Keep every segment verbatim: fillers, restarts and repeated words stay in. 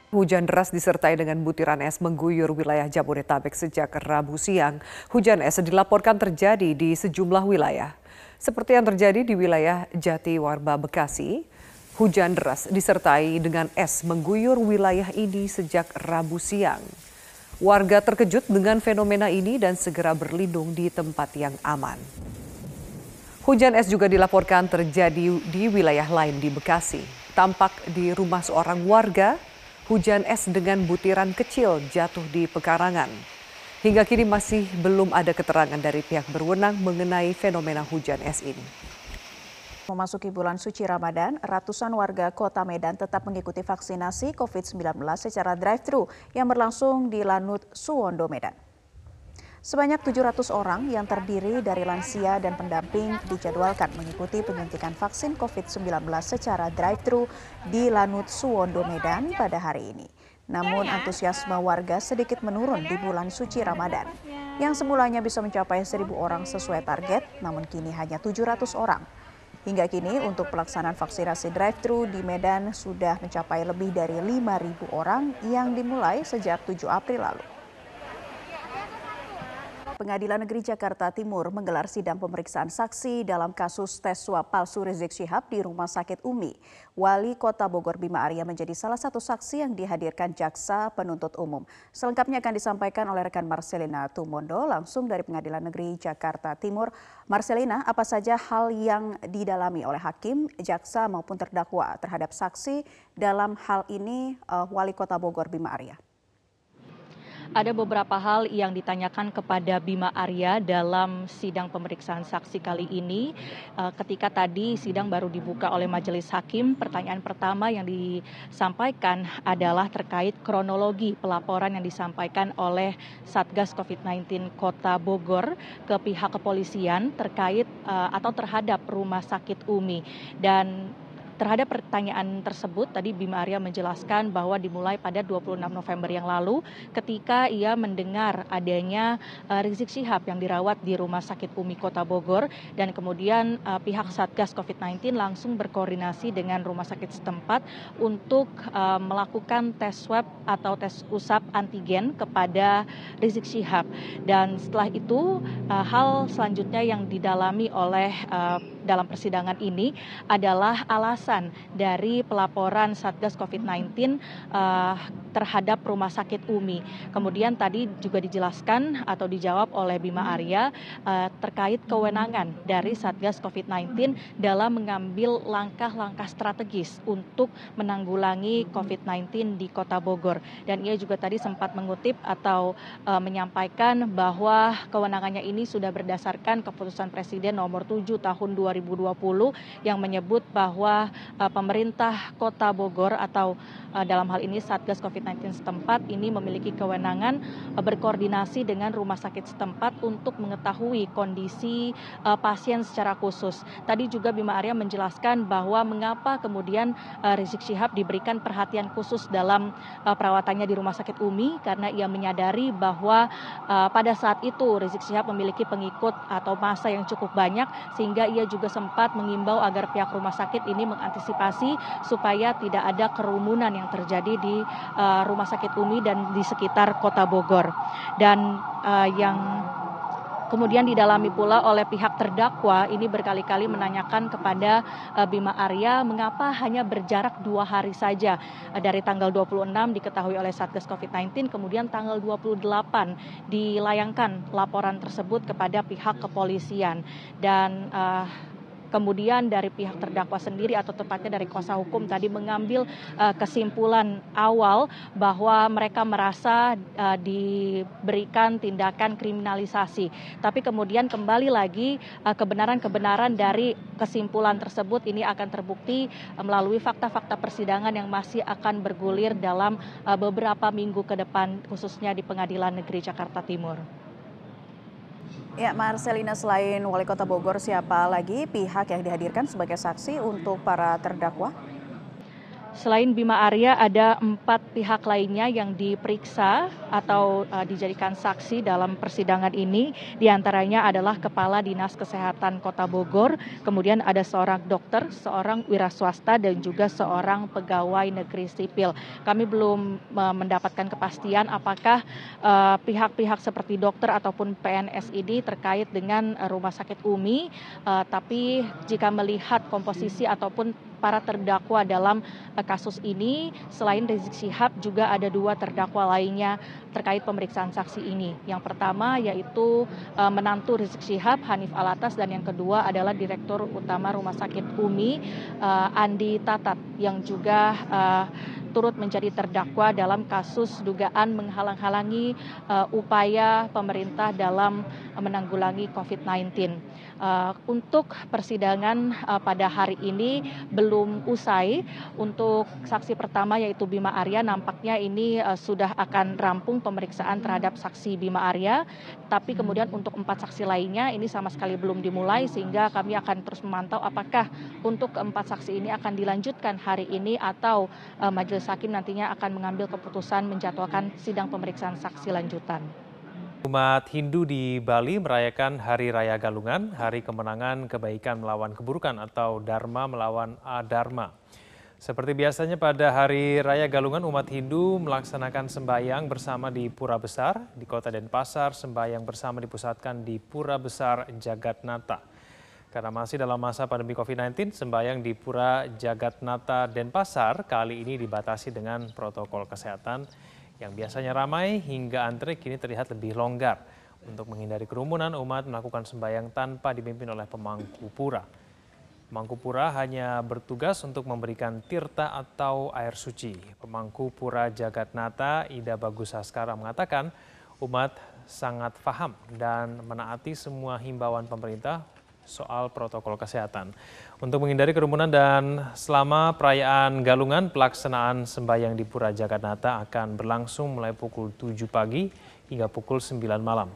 Hujan deras disertai dengan butiran es mengguyur wilayah Jabodetabek sejak Rabu siang. Hujan es dilaporkan terjadi di sejumlah wilayah. Seperti yang terjadi di wilayah Jatiwarba, Bekasi, hujan deras disertai dengan es mengguyur wilayah ini sejak Rabu siang. Warga terkejut dengan fenomena ini dan segera berlindung di tempat yang aman. Hujan es juga dilaporkan terjadi di wilayah lain di Bekasi. Tampak di rumah seorang warga, hujan es dengan butiran kecil jatuh di pekarangan. Hingga kini masih belum ada keterangan dari pihak berwenang mengenai fenomena hujan es ini. Memasuki bulan suci Ramadan, ratusan warga Kota Medan tetap mengikuti vaksinasi covid sembilan belas secara drive-thru yang berlangsung di Lanut Suwondo, Medan. Sebanyak tujuh ratus orang yang terdiri dari lansia dan pendamping dijadwalkan mengikuti penyuntikan vaksin covid sembilan belas secara drive-thru di Lanut Suwondo, Medan pada hari ini. Namun antusiasme warga sedikit menurun di bulan suci Ramadan. Yang semulanya bisa mencapai seribu orang sesuai target, namun kini hanya tujuh ratus orang. Hingga kini untuk pelaksanaan vaksinasi drive-thru di Medan sudah mencapai lebih dari lima ribu orang yang dimulai sejak tujuh April lalu. Pengadilan Negeri Jakarta Timur menggelar sidang pemeriksaan saksi dalam kasus tes swab palsu Rizik Syihab di Rumah Sakit Umi. Wali Kota Bogor Bima Arya menjadi salah satu saksi yang dihadirkan jaksa penuntut umum. Selengkapnya akan disampaikan oleh rekan Marcelina Tumondo langsung dari Pengadilan Negeri Jakarta Timur. Marcelina, apa saja hal yang didalami oleh hakim, jaksa maupun terdakwa terhadap saksi dalam hal ini uh, Wali Kota Bogor Bima Arya? Ada beberapa hal yang ditanyakan kepada Bima Arya dalam sidang pemeriksaan saksi kali ini. Ketika tadi sidang baru dibuka oleh majelis hakim, pertanyaan pertama yang disampaikan adalah terkait kronologi pelaporan yang disampaikan oleh Satgas covid sembilan belas Kota Bogor ke pihak kepolisian terkait atau terhadap Rumah Sakit Umi. Dan terhadap pertanyaan tersebut, tadi Bima Arya menjelaskan bahwa dimulai pada dua puluh enam November yang lalu ketika ia mendengar adanya uh, Rizik Syihab yang dirawat di Rumah Sakit Umi Kota Bogor, dan kemudian uh, pihak Satgas covid sembilan belas langsung berkoordinasi dengan rumah sakit setempat untuk uh, melakukan tes swab atau tes usap antigen kepada Rizik Syihab. Dan setelah itu uh, hal selanjutnya yang didalami oleh uh, dalam persidangan ini adalah alasan dari pelaporan Satgas covid sembilan belas uh, terhadap Rumah Sakit Umi. Kemudian tadi juga dijelaskan atau dijawab oleh Bima Arya uh, terkait kewenangan dari Satgas covid sembilan belas dalam mengambil langkah-langkah strategis untuk menanggulangi covid sembilan belas di Kota Bogor. Dan ia juga tadi sempat mengutip atau uh, menyampaikan bahwa kewenangannya ini sudah berdasarkan keputusan Presiden nomor tujuh tahun dua ribu dua puluh yang menyebut bahwa uh, pemerintah Kota Bogor atau uh, dalam hal ini Satgas covid sembilan belas setempat ini memiliki kewenangan uh, berkoordinasi dengan rumah sakit setempat untuk mengetahui kondisi uh, pasien secara khusus. Tadi juga Bima Arya menjelaskan bahwa mengapa kemudian uh, Rizik Syihab diberikan perhatian khusus dalam uh, perawatannya di Rumah Sakit Umi, karena ia menyadari bahwa uh, pada saat itu Rizik Syihab memiliki pengikut atau massa yang cukup banyak, sehingga ia juga sempat mengimbau agar pihak rumah sakit ini mengantisipasi supaya tidak ada kerumunan yang terjadi di uh, Rumah Sakit Umi dan di sekitar Kota Bogor. Dan uh, yang kemudian didalami pula oleh pihak terdakwa ini berkali-kali menanyakan kepada uh, Bima Arya mengapa hanya berjarak dua hari saja. Uh, dari tanggal dua puluh enam diketahui oleh Satgas covid sembilan belas, kemudian tanggal dua puluh delapan dilayangkan laporan tersebut kepada pihak kepolisian. Dan uh, kemudian dari pihak terdakwa sendiri atau tepatnya dari kuasa hukum tadi mengambil uh, kesimpulan awal bahwa mereka merasa uh, diberikan tindakan kriminalisasi. Tapi kemudian kembali lagi uh, kebenaran-kebenaran dari kesimpulan tersebut ini akan terbukti uh, melalui fakta-fakta persidangan yang masih akan bergulir dalam uh, beberapa minggu ke depan, khususnya di Pengadilan Negeri Jakarta Timur. Ya, Marcelina, selain Wali Kota Bogor, siapa lagi pihak yang dihadirkan sebagai saksi untuk para terdakwa? Selain Bima Arya, ada empat pihak lainnya yang diperiksa atau uh, dijadikan saksi dalam persidangan ini. Di antaranya adalah Kepala Dinas Kesehatan Kota Bogor, kemudian ada seorang dokter, seorang wira swasta, dan juga seorang pegawai negeri sipil. Kami belum uh, mendapatkan kepastian apakah uh, pihak-pihak seperti dokter ataupun P N S ini terkait dengan uh, Rumah Sakit U M I, uh, tapi jika melihat komposisi ataupun para terdakwa dalam uh, kasus ini, selain Rizik Syihab juga ada dua terdakwa lainnya terkait pemeriksaan saksi ini. Yang pertama yaitu uh, menantu Rizik Syihab, Hanif Alatas, dan yang kedua adalah Direktur Utama Rumah Sakit U M I, uh, Andi Tatat, yang juga uh, turut menjadi terdakwa dalam kasus dugaan menghalang-halangi uh, upaya pemerintah dalam uh, menanggulangi covid sembilan belas. Uh, untuk persidangan uh, pada hari ini belum usai. Untuk saksi pertama yaitu Bima Arya, nampaknya ini uh, sudah akan rampung pemeriksaan terhadap saksi Bima Arya, tapi kemudian untuk empat saksi lainnya ini sama sekali belum dimulai, sehingga kami akan terus memantau apakah untuk keempat saksi ini akan dilanjutkan hari ini atau uh, majelis hakim nantinya akan mengambil keputusan menjadwalkan sidang pemeriksaan saksi lanjutan. Umat Hindu di Bali merayakan Hari Raya Galungan, Hari Kemenangan Kebaikan Melawan Keburukan atau Dharma melawan Adharma. Seperti biasanya pada Hari Raya Galungan, umat Hindu melaksanakan sembahyang bersama di Pura Besar. Di Kota Denpasar, sembahyang bersama dipusatkan di Pura Besar Jagatnata. Karena masih dalam masa pandemi covid sembilan belas, sembahyang di Pura Jagatnata Denpasar kali ini dibatasi dengan protokol kesehatan yang biasanya ramai hingga antre kini terlihat lebih longgar. Untuk menghindari kerumunan, umat melakukan sembahyang tanpa dipimpin oleh pemangku pura. Pemangku pura hanya bertugas untuk memberikan tirta atau air suci. Pemangku pura Jagatnata, Ida Bagus Haskara, mengatakan umat sangat paham dan menaati semua himbauan pemerintah soal protokol kesehatan. Untuk menghindari kerumunan dan selama perayaan Galungan, pelaksanaan sembahyang di Pura Jagatnata akan berlangsung mulai pukul tujuh pagi hingga pukul sembilan malam.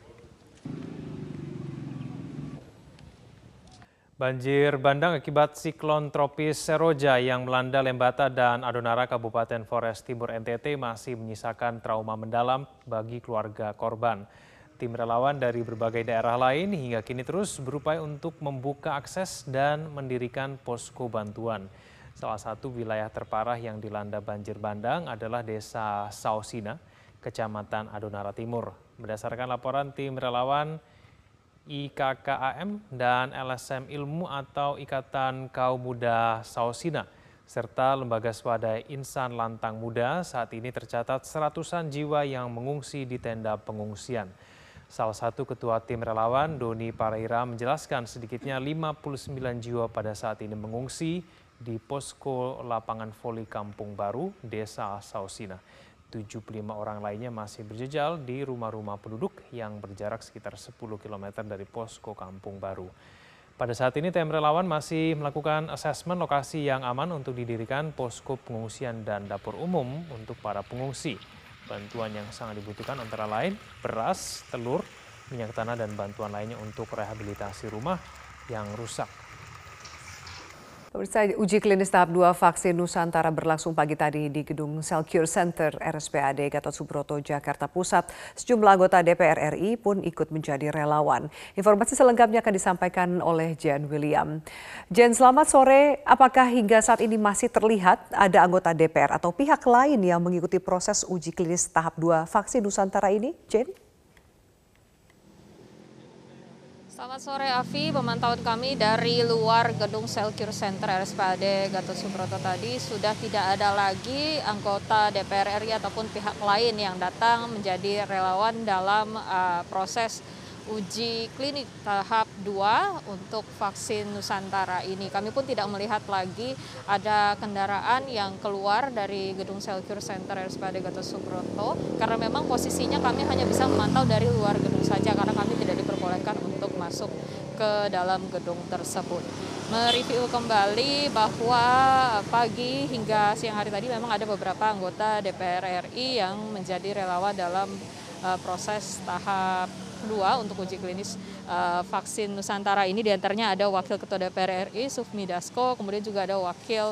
Banjir bandang akibat siklon tropis Seroja yang melanda Lembata dan Adonara Kabupaten Flores Timur N T T masih menyisakan trauma mendalam bagi keluarga korban. Tim relawan dari berbagai daerah lain hingga kini terus berupaya untuk membuka akses dan mendirikan posko bantuan. Salah satu wilayah terparah yang dilanda banjir bandang adalah Desa Sausina, Kecamatan Adonara Timur. Berdasarkan laporan tim relawan I K K A M dan L S M Ilmu atau Ikatan Kaum Muda Sausina, serta Lembaga Swadaya Insan Lantang Muda, saat ini tercatat seratusan jiwa yang mengungsi di tenda pengungsian. Salah satu ketua tim relawan, Doni Pareira, menjelaskan sedikitnya lima puluh sembilan jiwa pada saat ini mengungsi di posko lapangan voli Kampung Baru, Desa Sausina. tujuh puluh lima orang lainnya masih berjejal di rumah-rumah penduduk yang berjarak sekitar sepuluh kilometer dari posko Kampung Baru. Pada saat ini tim relawan masih melakukan asesmen lokasi yang aman untuk didirikan posko pengungsian dan dapur umum untuk para pengungsi. Bantuan yang sangat dibutuhkan antara lain beras, telur, minyak tanah, dan bantuan lainnya untuk rehabilitasi rumah yang rusak. Pemirsa, uji klinis tahap dua vaksin Nusantara berlangsung pagi tadi di Gedung Cellcure Center R S P A D Gatot Subroto, Jakarta Pusat. Sejumlah anggota D P R R I pun ikut menjadi relawan. Informasi selengkapnya akan disampaikan oleh Jen William. Jen, selamat sore. Apakah hingga saat ini masih terlihat ada anggota D P R atau pihak lain yang mengikuti proses uji klinis tahap dua vaksin Nusantara ini, Jen? Selamat sore Afi, pemantauan kami dari luar gedung Cellcure Center R S P A D Gatot Subroto tadi sudah tidak ada lagi anggota D P R R I ataupun pihak lain yang datang menjadi relawan dalam uh, proses uji klinik tahap dua untuk vaksin Nusantara ini. Kami pun tidak melihat lagi ada kendaraan yang keluar dari gedung Cellcure Center R S P A D Gatot Subroto karena memang posisinya kami hanya bisa memantau dari luar gedung saja karena kami tidak diperbolehkan untuk masuk ke dalam gedung tersebut. Mereview kembali bahwa pagi hingga siang hari tadi memang ada beberapa anggota D P R R I yang menjadi relawan dalam uh, proses tahap dua untuk uji klinis uh, vaksin Nusantara ini. Di antaranya ada Wakil Ketua D P R R I Sufmi Dasko, kemudian juga ada Wakil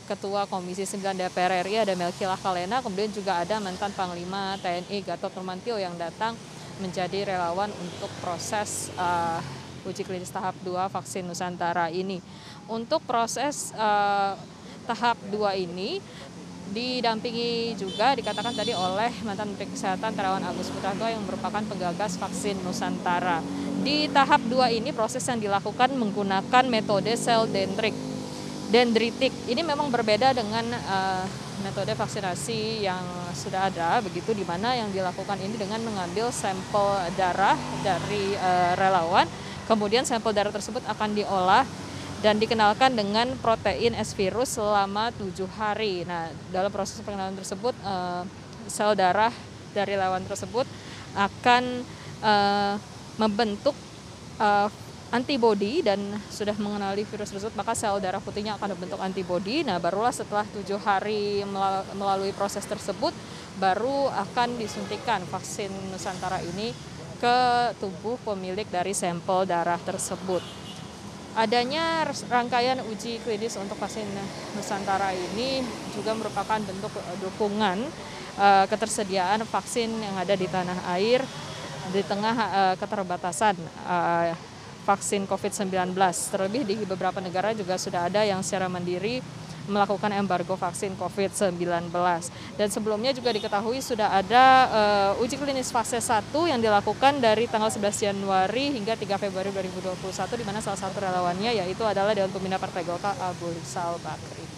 Ketua Komisi sembilan D P R R I ada Melki Lakalena, kemudian juga ada mantan Panglima T N I Gatot Nurmantio yang datang menjadi relawan untuk proses uh, uji klinis tahap dua vaksin Nusantara ini. Untuk proses uh, tahap dua ini didampingi juga dikatakan tadi oleh mantan Menteri Kesehatan Terawan Agus Putranto yang merupakan penggagas vaksin Nusantara. Di tahap dua ini proses yang dilakukan menggunakan metode sel dendrik. Dendritik ini memang berbeda dengan uh, metode vaksinasi yang sudah ada, begitu di mana yang dilakukan ini dengan mengambil sampel darah dari uh, relawan, kemudian sampel darah tersebut akan diolah dan dikenalkan dengan protein S virus selama tujuh hari. Nah, dalam proses pengenalan tersebut, uh, sel darah dari relawan tersebut akan uh, membentuk uh, antibodi dan sudah mengenali virus tersebut, maka sel darah putihnya akan membentuk antibodi. Nah, barulah setelah tujuh hari melalui proses tersebut, baru akan disuntikan vaksin Nusantara ini ke tubuh pemilik dari sampel darah tersebut. Adanya rangkaian uji klinis untuk vaksin Nusantara ini juga merupakan bentuk dukungan uh, ketersediaan vaksin yang ada di tanah air di tengah uh, keterbatasan uh, vaksin covid sembilan belas. Terlebih di beberapa negara juga sudah ada yang secara mandiri melakukan embargo vaksin covid sembilan belas. Dan sebelumnya juga diketahui sudah ada uh, uji klinis fase satu yang dilakukan dari tanggal sebelas Januari hingga tiga Februari dua ribu dua puluh satu, di mana salah satu relawannya yaitu adalah Dewan Pembina Partai Golkar Abu Rizal Bakri.